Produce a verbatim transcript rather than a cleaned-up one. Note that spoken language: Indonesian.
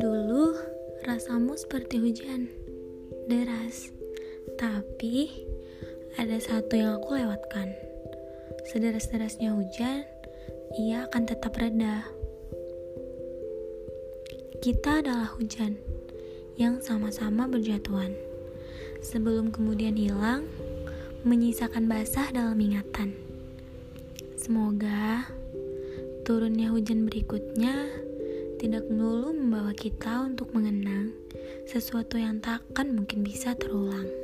Dulu rasamu seperti hujan deras, tapi ada satu yang aku lewatkan. Sederas-derasnya hujan, ia akan tetap reda. Kita adalah hujan yang sama-sama berjatuhan, sebelum kemudian hilang, menyisakan basah dalam ingatan. Semoga turunnya hujan berikutnya tidak melulu membawa kita untuk mengenang sesuatu yang takkan mungkin bisa terulang.